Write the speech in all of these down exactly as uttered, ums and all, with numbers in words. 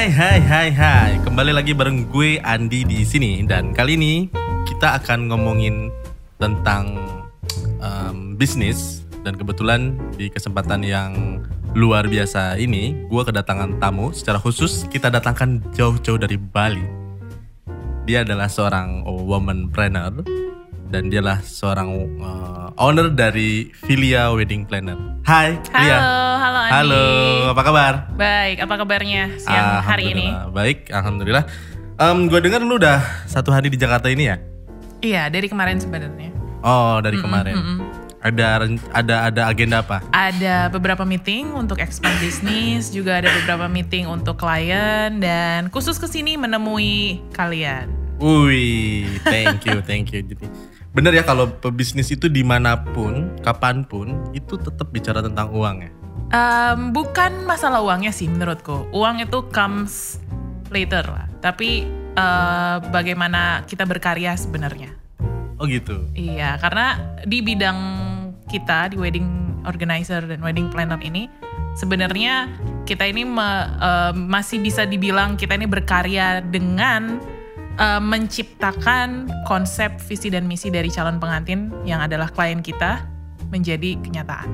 Hai hai hai hai, kembali lagi bareng gue Andi di sini dan kali ini kita akan ngomongin tentang um, bisnis dan kebetulan di kesempatan yang luar biasa ini gue kedatangan tamu secara khusus. Kita datangkan jauh-jauh dari Bali. Dia adalah seorang womanpreneur dan dialah seorang uh, owner dari Filia Wedding Planner. Hai, Filia. Halo, halo Andi. Halo, apa kabar? Baik, apa kabarnya siang hari ini? Baik, alhamdulillah. Um, gue dengar lu udah satu hari di Jakarta ini ya? Iya, dari kemarin sebenarnya. Oh, dari mm-mm, kemarin. Mm-mm. Ada ada ada agenda apa? Ada beberapa meeting untuk expand bisnis, juga ada beberapa meeting untuk klien dan khusus kesini menemui kalian. Wih, thank you, thank you. Jadi bener ya kalau pebisnis itu dimanapun, kapanpun itu tetap bicara tentang uang ya. Um, bukan masalah uangnya sih menurutku. Uang itu comes later lah. Tapi uh, bagaimana kita berkarya sebenarnya. Oh gitu. Iya, karena di bidang kita di wedding organizer dan wedding planner ini sebenarnya kita ini me, uh, masih bisa dibilang kita ini berkarya dengan uh, menciptakan konsep, visi dan misi dari calon pengantin yang adalah klien kita menjadi kenyataan.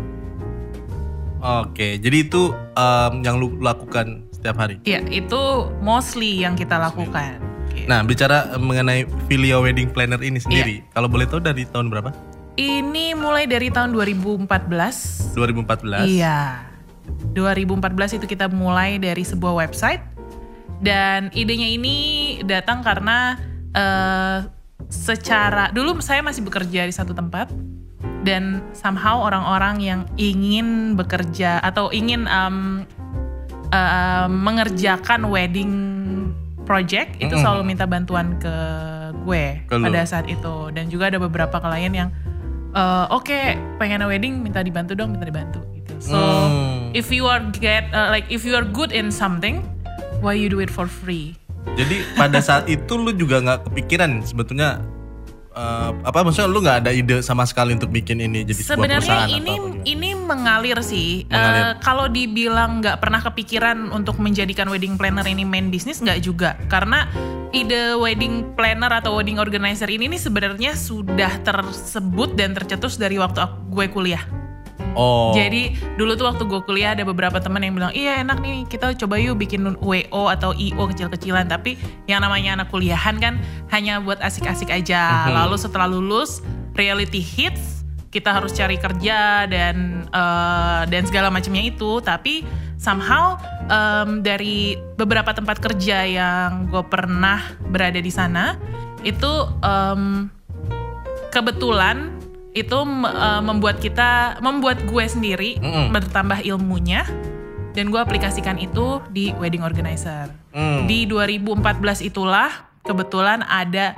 Oke, jadi itu um, yang lu lakukan setiap hari? Iya, itu mostly yang kita lakukan. Gitu. Nah, bicara mengenai Filia Wedding Planner ini sendiri, iya. Kalau boleh tahu dari tahun berapa? Ini mulai dari tahun dua ribu empat belas. dua ribu empat belas? Iya. dua ribu empat belas itu kita mulai dari sebuah website. Dan idenya ini datang karena uh, secara, dulu saya masih bekerja di satu tempat. Dan somehow orang-orang yang ingin bekerja atau ingin um, uh, mengerjakan wedding project itu mm-hmm. selalu minta bantuan ke gue Kalo. pada saat itu. Dan juga ada beberapa klien yang uh, oke okay, pengen wedding minta dibantu dong, minta dibantu gitu. So mm. if you are get uh, like if you are good in something, why you do it for free? Jadi pada saat itu lu juga nggak kepikiran sebetulnya uh, apa maksudnya lu nggak ada ide sama sekali untuk bikin ini jadi sebuah perusahaan? Sebenarnya ini atau ini mengalir sih. Mengalir. Uh, kalau dibilang nggak pernah kepikiran untuk menjadikan wedding planner ini main bisnis, nggak juga. Karena ide wedding planner atau wedding organizer ini nih sebenarnya sudah tersebut dan tercetus dari waktu aku, gue kuliah. Oh. Jadi dulu tuh waktu gue kuliah ada beberapa teman yang bilang, iya enak nih kita coba yuk bikin W O atau I O kecil-kecilan. Tapi yang namanya anak kuliahan kan hanya buat asik-asik aja. Mm-hmm. Lalu setelah lulus reality hits, kita harus cari kerja dan uh, dan segala macamnya itu. Tapi somehow um, dari beberapa tempat kerja yang gue pernah berada di sana itu um, kebetulan itu uh, membuat kita, membuat gue sendiri mm. bertambah ilmunya dan gue aplikasikan itu di wedding organizer. Mm. Di dua ribu empat belas itulah kebetulan ada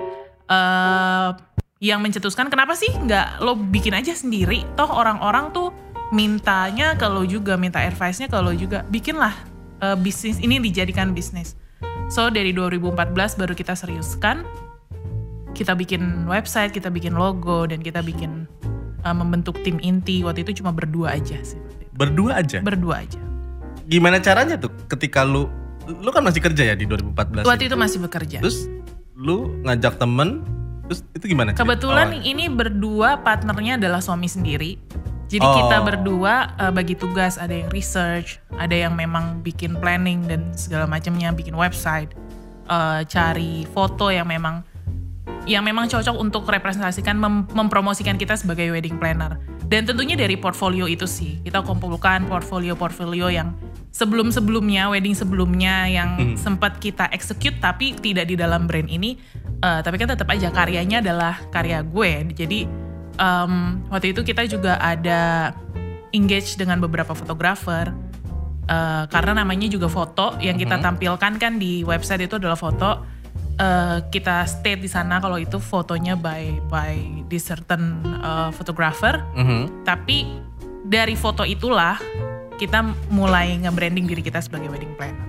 uh, yang mencetuskan kenapa sih nggak lo bikin aja sendiri, toh orang-orang tuh mintanya ke lo juga, minta advice-nya ke lo juga, bikinlah uh, bisnis ini dijadikan bisnis. So dari dua ribu empat belas baru kita seriuskan. Kita bikin website, kita bikin logo, dan kita bikin uh, membentuk tim inti. Waktu itu cuma berdua aja sih. Berdua aja? Berdua aja. Gimana caranya tuh ketika lu, lu kan masih kerja ya di dua ribu empat belas? Waktu itu masih bekerja. Terus lu ngajak temen, terus itu gimana? Kebetulan oh. ini berdua partnernya adalah suami sendiri. Jadi oh. kita berdua uh, bagi tugas, ada yang research, ada yang memang bikin planning dan segala macamnya, bikin website, uh, cari foto yang memang yang memang cocok untuk representasikan, mem- mempromosikan kita sebagai wedding planner. Dan tentunya dari portfolio itu sih, kita kumpulkan portfolio-portfolio yang sebelum-sebelumnya, wedding sebelumnya yang hmm. sempat kita execute tapi tidak di dalam brand ini. Uh, tapi kan tetap aja karyanya adalah karya gue. Jadi um, waktu itu kita juga ada engage dengan beberapa fotografer. Uh, karena namanya juga foto, yang kita hmm. tampilkan kan di website itu adalah foto. Uh, kita state di sana kalau itu fotonya by by this certain uh, photographer. Mm-hmm. Tapi dari foto itulah kita mulai nge-branding diri kita sebagai wedding planner.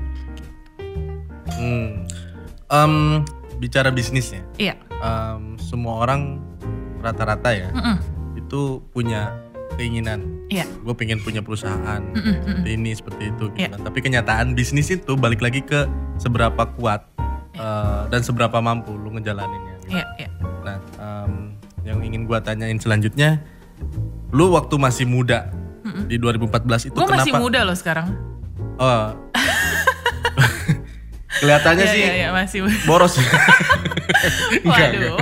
Hmm. Um, bicara bisnisnya. Iya. Um, semua orang rata-rata ya. Mm-mm. Itu punya keinginan. Iya. Gue pengen punya perusahaan Mm-mm, seperti ini, seperti itu gitu Iya. kan. Tapi kenyataan bisnis itu balik lagi ke seberapa kuat uh, dan seberapa mampu lu ngejalaninnya gitu. Iya, iya. Nah, um, yang ingin gue tanyain selanjutnya, lu waktu masih muda Mm-mm. di dua ribu empat belas itu Gue kenapa? masih muda loh sekarang. Oh. Kelihatannya Iya, sih iya, iya, masih muda. boros. Enggak, Waduh.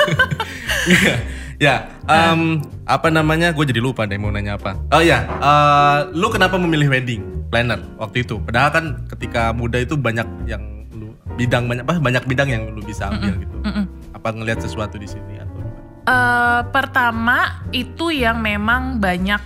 enggak. Ya, um, apa namanya? Gue jadi lupa deh mau nanya apa. Oh ya, uh, lu kenapa memilih wedding planner waktu itu? Padahal kan ketika muda itu banyak yang lu bidang banyak apa? Banyak bidang yang lu bisa ambil Mm-mm, gitu. mm-mm. Apa ngelihat sesuatu di sini atau gimana? Eh, pertama itu yang memang banyak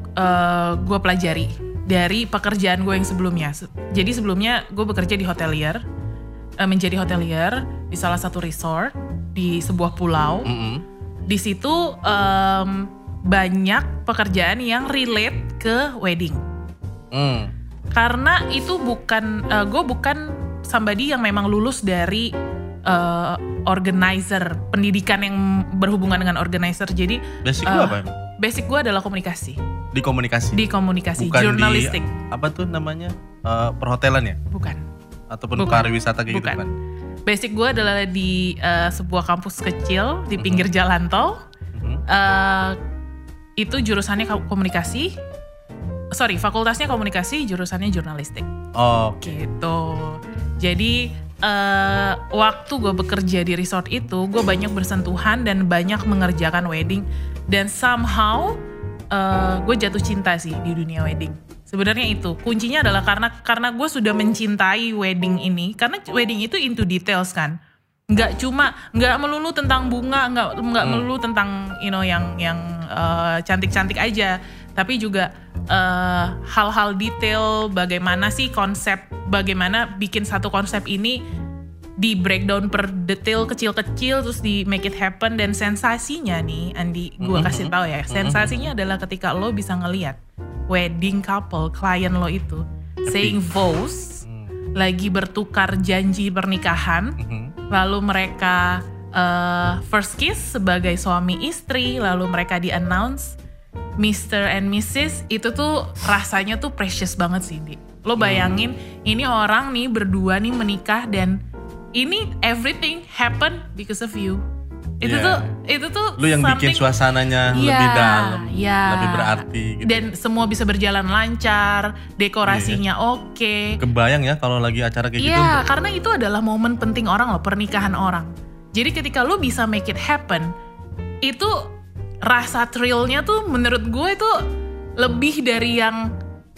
eh, gue pelajari dari pekerjaan gue yang sebelumnya. Se- Jadi sebelumnya gue bekerja di hotelier, eh, menjadi hotelier di salah satu resort di sebuah pulau. Mm-mm. Di situ em, banyak pekerjaan yang relate ke wedding. Mm. Karena itu bukan, eh, gue bukan somebody yang memang lulus dari eh, organizer, pendidikan yang berhubungan dengan organizer. Jadi Basic eh, lu apa? emang? basic gue adalah komunikasi, Di komunikasi. di komunikasi, Bukan jurnalistik, di apa tuh namanya? Uh, perhotelan ya? bukan. Ataupun Bukan. pariwisata kayak gitu Bukan. kan? Basic gue adalah di eh, sebuah kampus kecil di pinggir jalan tol. Mhm. Eh, itu jurusannya ko- komunikasi, sorry, fakultasnya komunikasi, jurusannya jurnalistik. Oh, oke. Gitu. Jadi eh, waktu gue bekerja di resort itu, gue banyak bersentuhan dan banyak mengerjakan wedding. Dan somehow gue jatuh cinta sih di dunia wedding. Sebenarnya itu kuncinya adalah karena karena gue sudah mencintai wedding ini. Karena wedding itu into details kan. Nggak cuma nggak melulu tentang bunga, nggak nggak Hmm. melulu tentang you know yang yang eh, cantik-cantik aja, tapi juga eh, hal-hal detail bagaimana sih konsep, bagaimana bikin satu konsep ini di breakdown per detail kecil-kecil terus di make it happen. Dan sensasinya nih Andi, gue Mhm. kasih tahu ya, sensasinya adalah ketika lo bisa ngelihat wedding couple klien lo itu saying vows, Hmm. lagi bertukar janji pernikahan, Mhm. lalu mereka uh, first kiss sebagai suami istri, lalu mereka di announce mister and missus, itu tuh rasanya tuh precious banget sih, Di. Lo bayangin ini orang nih berdua nih menikah dan ini everything happen because of you. Itu Yeah. tuh itu tuh Lu yang bikin something- suasananya Iya, lebih dalam, iya. lebih berarti gitu. Dan semua bisa berjalan lancar, dekorasinya oke. Kebayang ya kalau lagi acara kayak gitu. Iya, karena itu adalah momen penting orang loh, pernikahan orang. Jadi ketika lu bisa make it happen, itu rasa thrillnya tuh menurut gue itu lebih dari yang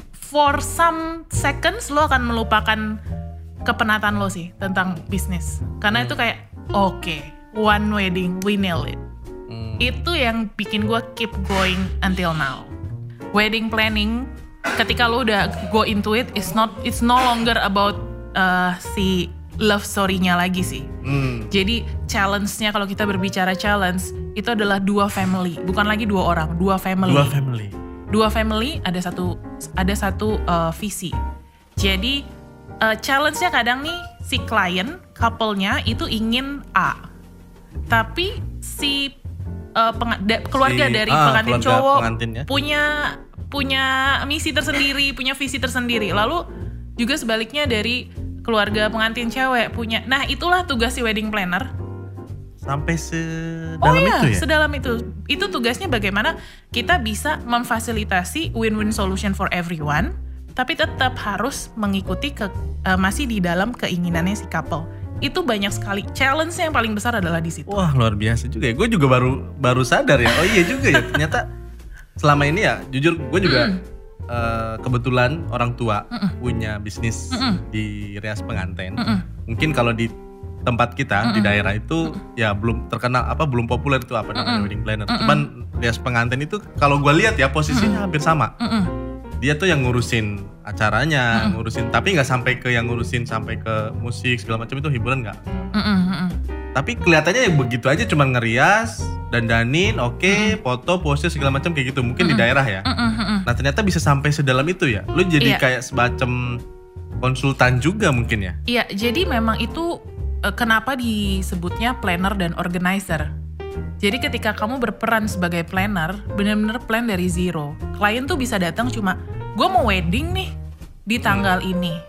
for some seconds lo akan melupakan kepenatan lo sih tentang bisnis. Karena itu kayak oke, one wedding, we nail it. Hmm. Itu yang bikin gue keep going until now. Wedding planning, ketika lo udah go into it, it's not it's no longer about uh, si love story-nya lagi sih. Hmm. Jadi challenge-nya, kalau kita berbicara challenge, itu adalah dua family, bukan lagi dua orang, dua family. Dua family. Dua family ada satu ada satu uh, visi. Jadi uh, challenge-nya kadang nih si klien, couple-nya itu ingin A, tapi si uh, penga- da- keluarga Si- dari ah, pengantin keluarga cowok pengantinnya. punya punya misi tersendiri, punya visi tersendiri. Lalu juga sebaliknya dari keluarga pengantin cewek punya. Nah, itulah tugas si wedding planner. Sampai sedalam Oh iya, itu ya? sedalam itu. Itu tugasnya bagaimana kita bisa memfasilitasi win-win solution for everyone, tapi tetap harus mengikuti ke, uh, masih di dalam keinginannya si couple. Itu banyak sekali. Challenge-nya yang paling besar adalah di situ. Wah, luar biasa juga ya. Gue juga baru baru sadar ya. Oh iya juga ya. Ternyata selama ini ya, jujur gue juga eh, kebetulan orang tua punya bisnis di rias pengantin. Mm-mm. Mungkin kalau di tempat kita di daerah itu ya belum terkenal apa belum populer itu apa namanya wedding planner. Cuman rias pengantin itu kalau gue lihat ya posisinya hampir sama. Mm-mm. Dia tuh yang ngurusin acaranya, ngurusin tapi nggak sampai ke yang ngurusin sampai ke musik segala macam, itu hiburan nggak. Mm-mm, mm-mm. Tapi kelihatannya ya begitu aja, cuman ngerias, dandanin, oke, foto, pose segala macam kayak gitu. Mungkin di daerah ya. Mm-mm, mm-mm. Nah ternyata bisa sampai sedalam itu ya. Lu jadi Iya. kayak semacam konsultan juga mungkin ya. Iya, jadi memang itu eh, kenapa disebutnya planner dan organizer. Jadi ketika kamu berperan sebagai planner, benar-benar plan dari zero. Klien tuh bisa datang cuma, gue mau wedding nih di tanggal hmm. ini.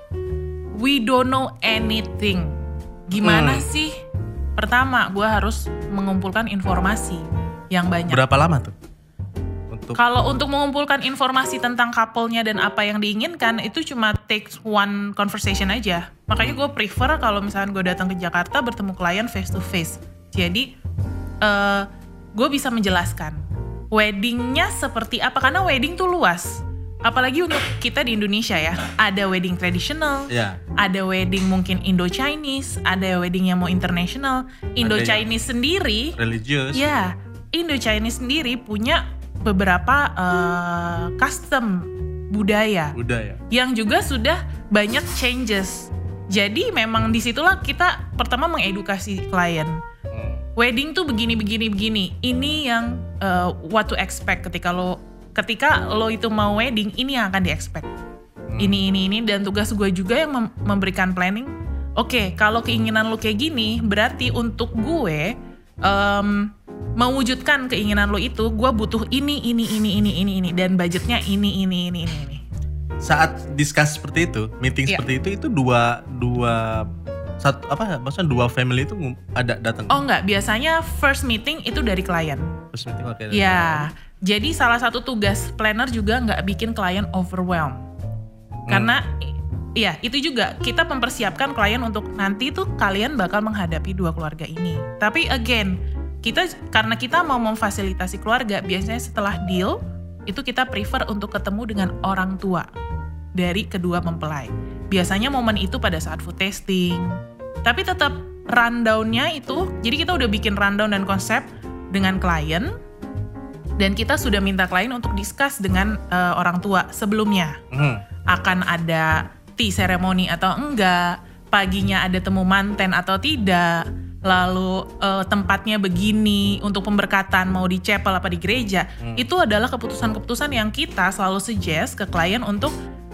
We don't know anything. Gimana hmm. sih? Pertama, gue harus mengumpulkan informasi yang banyak. Berapa lama tuh? Untuk... Kalau untuk mengumpulkan informasi tentang couple-nya dan apa yang diinginkan, itu cuma takes one conversation aja. Makanya gue prefer kalau misalnya gue datang ke Jakarta bertemu klien face to face. Jadi Uh, gue bisa menjelaskan weddingnya seperti apa, karena wedding tuh luas. Apalagi untuk kita di Indonesia ya, ada wedding tradisional, yeah. ada wedding mungkin Indo-Chinese, ada wedding yang mau international. Indo-Chinese sendiri, religious. Ya, Indo-Chinese sendiri punya beberapa uh, custom budaya, budaya yang juga sudah banyak changes. Jadi memang disitulah kita pertama mengedukasi klien. Wedding tuh begini begini begini. Ini yang uh, what to expect ketika lo ketika lo itu mau wedding, ini yang akan di expect. Hmm. Ini ini ini dan tugas gue juga yang mem- memberikan planning. Oke, okay, kalau keinginan lo kayak gini, berarti untuk gue um, mewujudkan keinginan lo itu, gue butuh ini ini ini ini ini ini dan budgetnya ini ini ini ini ini. Saat discuss seperti itu, meeting yeah. seperti itu, itu dua dua satu apa maksudnya dua family itu ada datang? Oh enggak, biasanya first meeting itu dari klien. First meeting oke. Okay, ya, jadi salah satu tugas planner juga nggak bikin klien overwhelm. Hmm. Karena ya itu juga kita mempersiapkan klien untuk nanti tuh kalian bakal menghadapi dua keluarga ini. Tapi again, kita karena kita mau memfasilitasi keluarga, biasanya setelah deal itu kita prefer untuk ketemu dengan orang tua dari kedua mempelai. Biasanya momen itu pada saat food tasting. Tapi tetap rundown-nya itu, jadi kita udah bikin rundown dan konsep dengan klien. Dan kita sudah minta klien untuk discuss dengan uh, orang tua sebelumnya. Hmm. Akan ada tea ceremony atau enggak, paginya ada temu manten atau tidak, lalu uh, tempatnya begini, untuk pemberkatan mau di chapel apa di gereja. Hmm. Itu adalah keputusan-keputusan yang kita selalu suggest ke klien untuk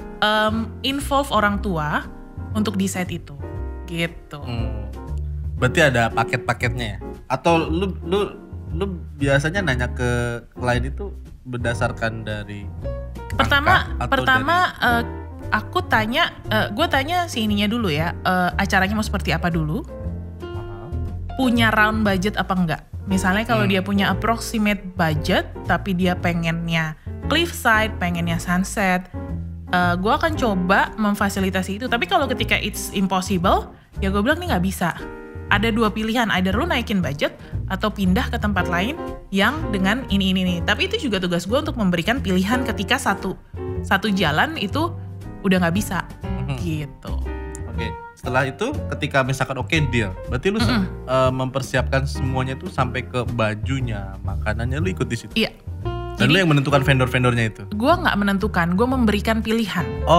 Um, involve orang tua untuk decide itu, gitu. Hmm. Berarti ada paket-paketnya ya? Atau lu lu lu biasanya nanya ke klien itu berdasarkan dari pertama angka, pertama dari... uh, aku tanya, uh, gue tanya si ininya dulu ya, uh, acaranya mau seperti apa dulu, uh-huh. punya round budget apa enggak? Misalnya kalau hmm. dia punya approximate budget, tapi dia pengennya cliffside, pengennya sunset. Uh, gue akan coba memfasilitasi itu. Tapi kalau ketika it's impossible, ya gue bilang nih nggak bisa. Ada dua pilihan, either lu naikin budget atau pindah ke tempat lain yang dengan ini ini ini. Tapi itu juga tugas gue untuk memberikan pilihan ketika satu satu jalan itu udah nggak bisa, mm-hmm. gitu. Oke, okay. Setelah itu ketika misalkan oke okay, deal, berarti lu mm-hmm. uh, mempersiapkan semuanya itu sampai ke bajunya, makanannya lu ikut di situ. Iya. Dan jadi, lu yang menentukan vendor-vendornya itu? Gue gak menentukan, gue memberikan pilihan.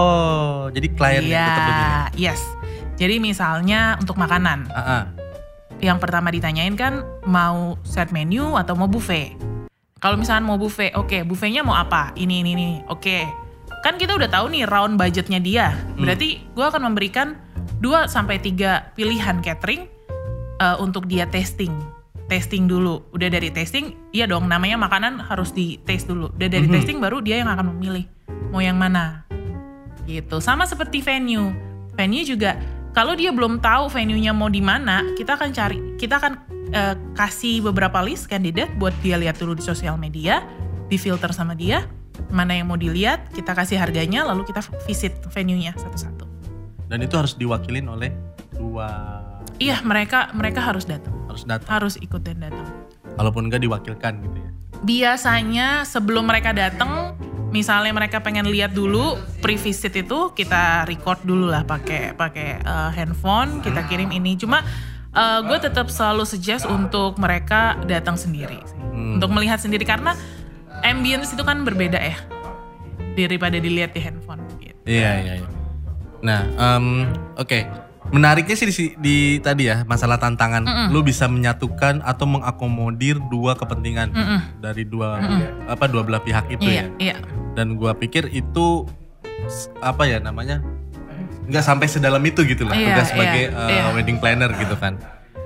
Oh, jadi klien ya, yang tetap memilih? Yes. Jadi misalnya untuk makanan. Uh-uh. Yang pertama ditanyain kan mau set menu atau mau buffet. Kalau misalnya mau buffet, oke okay, buffetnya mau apa? Ini, ini, ini. Oke. Okay. Kan kita udah tahu nih round budgetnya dia. Berarti hmm. gue akan memberikan dua sampai tiga pilihan catering uh, untuk dia tasting. Testing dulu, udah dari testing, iya dong namanya makanan harus di taste dulu. Udah dari mm-hmm. testing baru dia yang akan memilih mau yang mana, gitu. Sama seperti venue, venue juga kalau dia belum tahu venue-nya mau di mana, kita akan cari, kita akan uh, kasih beberapa list kandidat buat dia lihat dulu di sosial media, difilter sama dia, mana yang mau dilihat, kita kasih harganya, lalu kita visit venue-nya satu-satu. Dan itu harus diwakilin oleh dua. Iya, mereka mereka harus datang. Harus datang. Harus ikut dan datang. Walaupun enggak diwakilkan gitu ya. Biasanya sebelum mereka datang, misalnya mereka pengen lihat dulu pre-visit itu, kita record dulu lah pakai pakai uh, handphone, kita kirim ini. Cuma uh, gue tetap selalu suggest untuk mereka datang sendiri sih. Hmm. Untuk melihat sendiri karena ambience itu kan berbeda ya daripada dilihat di handphone gitu. Iya, iya, iya. Nah, um, oke. Okay. Menariknya sih di, di tadi ya masalah tantangan. Mm-mm. Lu bisa menyatukan atau mengakomodir dua kepentingan Mm-mm. dari dua Mm-mm. apa dua belah pihak itu iya, ya. Iya. Dan gua pikir itu apa ya namanya nggak sampai sedalam itu gitu lah. Iya, tugas sebagai iya, uh, iya. wedding planner gitu kan.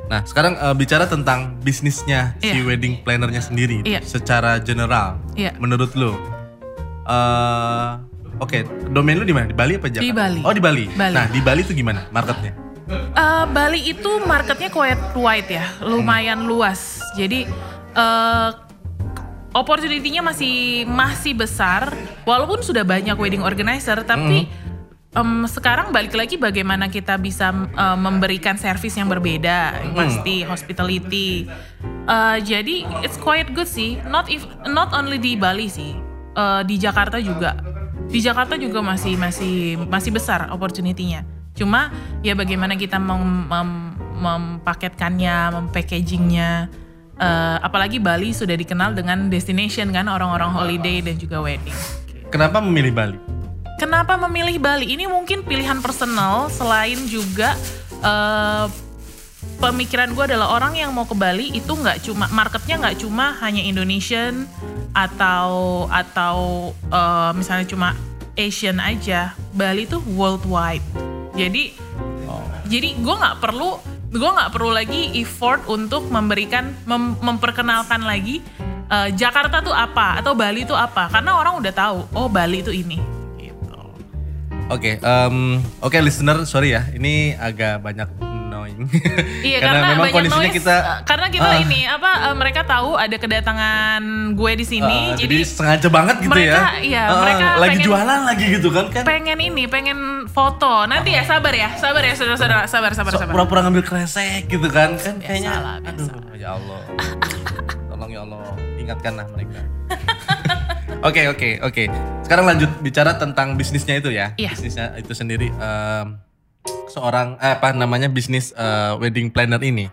Nah sekarang uh, bicara tentang bisnisnya si Iya. wedding plannernya sendiri, Iya. secara general, Iya. menurut lu, uh, oke, domain lu di mana? Di Bali apa Jakarta? Di Bali. Oh di Bali. Bali. Nah di Bali itu gimana marketnya? Eh, Bali itu marketnya quite wide ya, lumayan luas. Jadi eh opportunity-nya masih masih besar, walaupun sudah banyak wedding organizer, tapi em, sekarang balik lagi bagaimana kita bisa em, memberikan service yang berbeda, yang pasti hospitality. Eh, jadi it's quite good sih, not if not only di Bali sih, Eh, di Jakarta juga, di Jakarta juga masih masih masih besar opportunity-nya. Cuma ya bagaimana kita mem, mem- mempaketkannya, mempackagingnya. Uh, apalagi Bali sudah dikenal dengan destination kan, orang-orang holiday dan juga wedding. Kenapa memilih Bali? Kenapa memilih Bali? Ini mungkin pilihan personal, selain juga uh, pemikiran gue adalah orang yang mau ke Bali itu nggak cuma marketnya nggak cuma hanya Indonesian atau atau uh, misalnya cuma Asian aja. Bali tuh worldwide. Jadi Oh. jadi gue nggak perlu gue nggak perlu lagi effort untuk memberikan mem- memperkenalkan lagi uh, Jakarta tuh apa atau Bali tuh apa, karena orang udah tahu oh Bali tuh ini gitu. Oke, em, oke listener, sorry ya, ini agak banyak annoying. Iya, karena, karena memang banyak kondisinya noise, kita, uh, karena kita ah. ini apa uh, mereka tahu ada kedatangan gue di sini, eh, jadi, jadi sengaja banget gitu mereka, ya. iya, Eh, mereka lagi pengen- jualan lagi gitu kan kan. pengen ini pengen foto nanti ya, sabar ya sabar ya saudara-saudara, sabar sabar So, sabar. pura-pura ngambil kresek gitu kan kan kayaknya Biasalah, aduh biasa. ya Allah tolong ya Allah ingatkanlah mereka. Oke oke oke sekarang lanjut bicara tentang bisnisnya itu ya. Iya. Bisnisnya itu sendiri, em, seorang eh, apa namanya bisnis eh, wedding planner ini.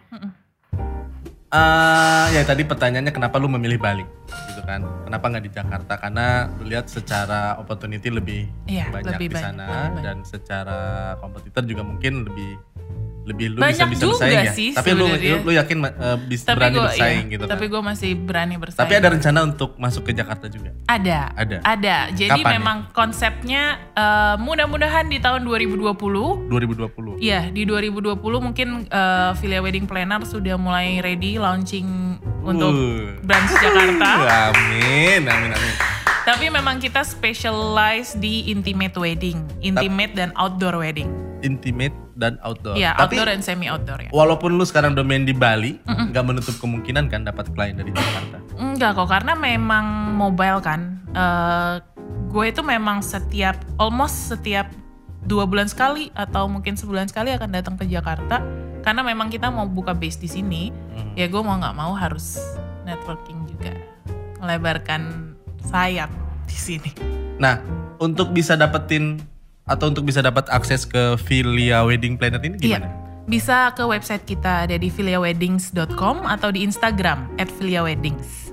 Eh, ya tadi pertanyaannya kenapa lu memilih Bali gitu kan, kenapa nggak di Jakarta, karena lu lihat secara opportunity lebih Iya, banyak lebih di banyak, sana lebih banyak. dan secara kompetitor juga mungkin lebih lebih lu Banyak bisa bisa juga bersaing ya. sih Tapi lu, sebenarnya. lu lu yakin uh, bisa Tapi berani gue bersaing iya, gitu kan. tapi gue masih berani bersaing. Tapi ada rencana untuk masuk ke Jakarta juga. Ada, Ada. ada. Jadi Kapan ya? memang konsepnya eh, mudah-mudahan di tahun dua ribu dua puluh. dua ribu dua puluh. Iya, di dua ribu dua puluh mungkin eh, Filia Wedding Planner sudah mulai ready launching untuk Uh. branch Jakarta. Amin, amin, amin. Tapi memang kita specialize di intimate wedding, intimate dan outdoor wedding. Intimate dan outdoor. Iya, Tapi outdoor dan semi outdoor ya. walaupun lu sekarang domain di Bali, nggak menutup kemungkinan kan dapat klien dari Jakarta. Enggak kok, karena memang mobile kan. Eh, gue itu memang setiap, almost setiap dua bulan sekali atau mungkin sebulan sekali akan datang ke Jakarta. Karena memang kita mau buka base di sini, Hmm. ya gue mau nggak mau harus networking juga, melebarkan sayap di sini. Nah, untuk bisa dapetin atau untuk bisa dapat akses ke Filia Wedding Planner ini gimana? Iya, bisa ke website kita, ada di filia weddings dot com atau di Instagram at filia weddings.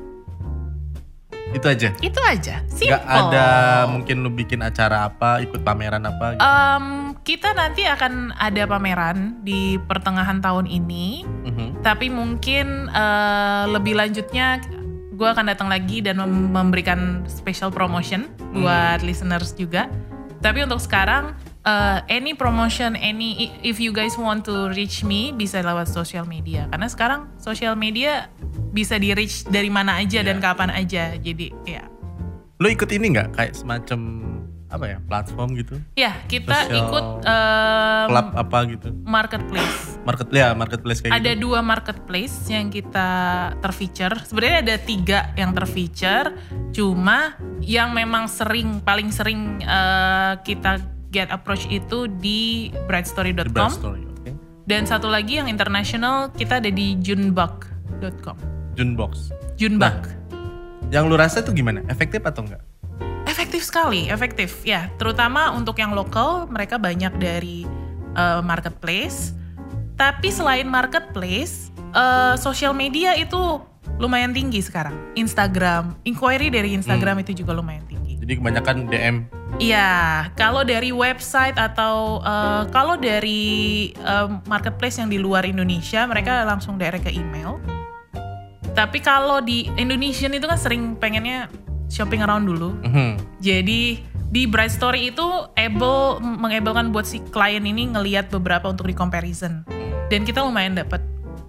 Itu aja. Itu aja, simple. Nggak ada mungkin lu bikin acara apa, ikut pameran apa gitu. Em, kita nanti akan ada pameran di pertengahan tahun ini, Mhm. tapi mungkin eh, lebih lanjutnya gue akan datang lagi dan mem- memberikan special promotion buat listeners juga. Tapi untuk sekarang, eh, any promotion, any if you guys want to reach me bisa lewat social media. Karena sekarang social media bisa di reach dari mana aja dan Iya. kapan aja. Jadi ya, Lu ikut ini nggak kayak semacam apa ya platform gitu, ya kita Social ikut em, club apa gitu, marketplace. market ya marketplace kayak Ada gitu. dua marketplace yang kita terfeature. Sebenarnya ada tiga yang terfeature. Cuma yang memang sering, paling sering eh, kita get approach itu di brightstory dot Di com. Brand Story, oke. Dan satu lagi yang international kita ada di junebug dot com. Junebox. Junebug. Yang lu rasa itu gimana? Efektif atau enggak? Efektif sekali, efektif. Ya, terutama untuk yang lokal, mereka banyak dari eh, marketplace. Tapi selain marketplace, eh, social media itu lumayan tinggi sekarang. Instagram, inquiry dari Instagram itu juga lumayan tinggi. Jadi kebanyakan D M. Iya, kalau dari website atau eh, kalau dari eh, marketplace yang di luar Indonesia, mereka langsung direct ke email. Tapi kalau di Indonesian itu kan sering pengennya shopping around dulu. Mhm. Jadi di Bright Story itu able mengablekan buat si klien ini ngelihat beberapa untuk di comparison. Dan kita lumayan dapat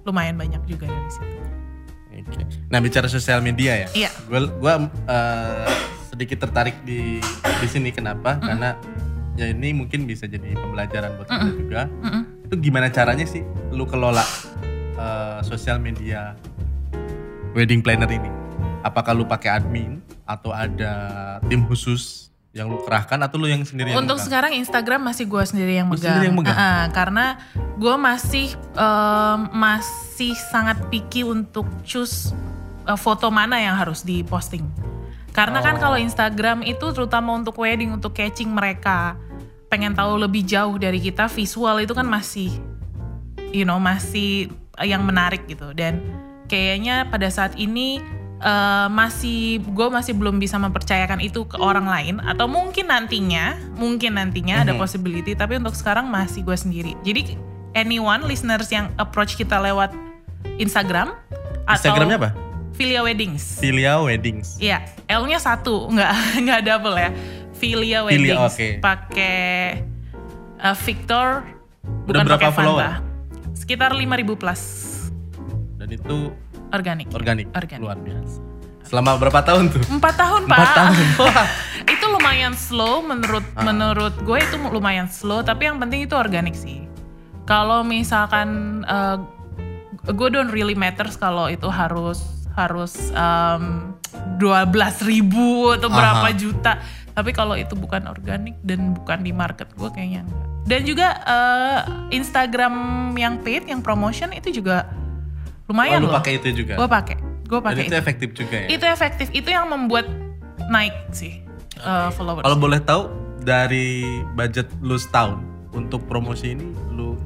lumayan banyak juga dari situ. Oke. Nah bicara sosial media ya, Iya. gue gua uh, sedikit tertarik di di sini kenapa? Mm-hmm. Karena ya ini mungkin bisa jadi pembelajaran buat mm-hmm. kita juga. Mm-hmm. Itu gimana caranya sih lu kelola uh, sosial media wedding planner ini? Apakah lu pakai admin atau ada tim khusus yang lu kerahkan atau lu yang sendiri yang Untuk megang? sekarang Instagram masih gue sendiri yang megang. Sendiri yang megang? Uh, karena gue masih um, masih sangat picky untuk choose uh, foto mana yang harus diposting. Karena oh. kan kalau Instagram itu terutama untuk wedding, untuk catching mereka pengen tahu lebih jauh dari kita, visual itu kan masih you know masih yang menarik gitu. Dan kayaknya pada saat ini Uh, masih gue masih belum bisa mempercayakan itu ke orang lain, atau mungkin nantinya mungkin nantinya mm-hmm. ada possibility, tapi untuk sekarang masih gue sendiri. Jadi anyone listeners yang approach kita lewat Instagram Instagramnya atau apa? Filia Weddings. Filia Weddings. Iya, L-nya satu, nggak nggak double ya. Filia Weddings. Okay. Pakai uh, Victor. Udah bukan berapa follower? Sekitar lima ribu plus. Dan itu Organik. Organik. Organik. Luar biasa. Selama berapa tahun tuh? Empat tahun, Pak. Empat tahun. Itu lumayan slow menurut ah. menurut gue, itu lumayan slow, tapi yang penting itu organik sih. Kalau misalkan uh, gue don't really matters kalau itu harus harus um, dua belas ribu atau berapa Aha. juta. Tapi kalau itu bukan organik dan bukan di market gue, kayaknya enggak. Dan juga uh, Instagram yang paid, yang promotion itu juga lumayan oh, lu loh. pakai itu juga? Gue pakai, gue pakai itu. itu efektif juga ya? Itu efektif, itu yang membuat naik sih uh, followers. Kalau boleh tahu dari budget lu setahun untuk promosi ini, lu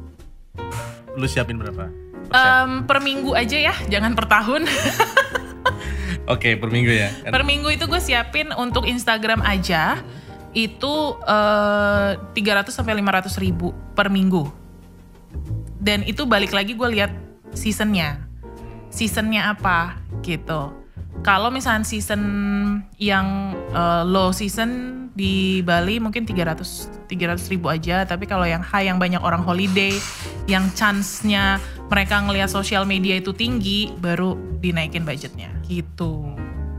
lu siapin berapa? Um, per minggu aja ya, jangan per tahun. Oke, okay, per minggu ya. Kan? Per minggu itu gue siapin untuk Instagram aja itu uh, tiga ratus sampai lima ratus ribu per minggu. Dan itu balik lagi gue lihat seasonnya, seasonnya apa gitu. Kalau misalnya season yang uh, low season di Bali mungkin tiga ratus ribu aja. Tapi kalau yang high, yang banyak orang holiday, yang chance-nya mereka ngelihat sosial media itu tinggi, baru dinaikin budgetnya gitu.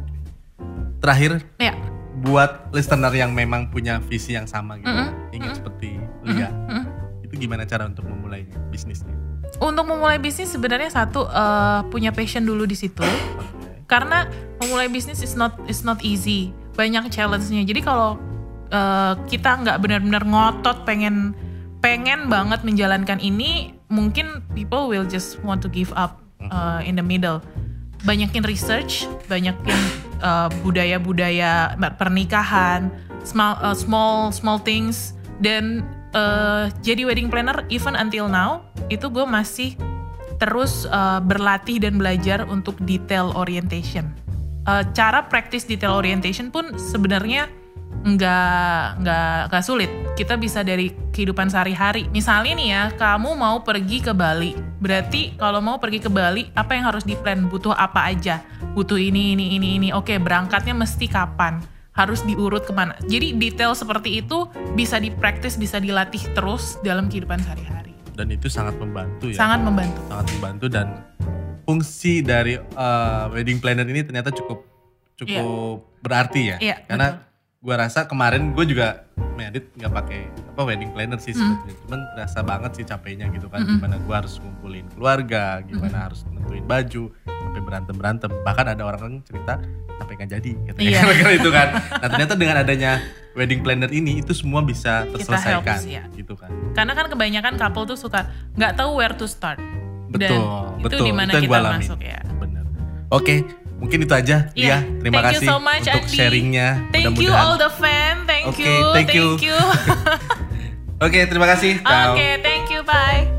Terakhir, ya. Buat listener yang memang punya visi yang sama gitu, mm-hmm. ingin mm-hmm. seperti Lia, mm-hmm. itu gimana cara untuk memulai bisnisnya? Untuk memulai bisnis sebenarnya satu uh, punya passion dulu di situ. Okay. Karena memulai bisnis is not is not easy. Banyak challenge-nya. Jadi kalau uh, kita nggak benar-benar ngotot pengen pengen banget menjalankan ini, mungkin people will just want to give up uh, in the middle. Banyakin research, banyakin uh, budaya-budaya pernikahan, small uh, small small things, dan Uh, jadi wedding planner even until now itu gue masih terus uh, berlatih dan belajar untuk detail orientation. Uh, cara practice detail orientation pun sebenarnya nggak nggak nggak sulit. Kita bisa dari kehidupan sehari-hari. Misalnya nih ya, kamu mau pergi ke Bali, berarti kalau mau pergi ke Bali apa yang harus di-plan? Butuh apa aja? Butuh ini ini ini ini. Oke, berangkatnya mesti kapan? Harus diurut kemana. Jadi detail seperti itu bisa dipraktis, bisa dilatih terus dalam kehidupan sehari-hari. Dan itu sangat membantu ya. Sangat membantu. Sangat membantu, dan fungsi dari uh, wedding planner ini ternyata cukup cukup yeah. berarti ya. Yeah, karena gue rasa kemarin gue juga ngedit nggak pakai apa wedding planner sih sebetulnya. Mm. Cuman terasa banget sih capeknya gitu kan. Mm-hmm. Gimana gue harus ngumpulin keluarga, gimana mm-hmm. harus nentuin baju, sampai berantem-berantem. Bahkan ada orang-orang cerita sampai nggak jadi katanya. Yeah. Kira-kira itu kan. Nah ternyata dengan adanya wedding planner ini itu semua bisa terselesaikan helps, ya. Gitu kan. Karena kan kebanyakan couple tuh suka nggak tahu where to start. Betul, Dan betul. Itu dimana itu kita masuk ya. Benar. Oke. Okay. Mungkin itu aja, yeah. Lia. Terima thank kasih so much, untuk Andi. sharingnya. Thank you all the fan. Thank okay, you. Thank you. Thank you. Oke, okay, terima kasih. Oke, okay, thank you. Bye.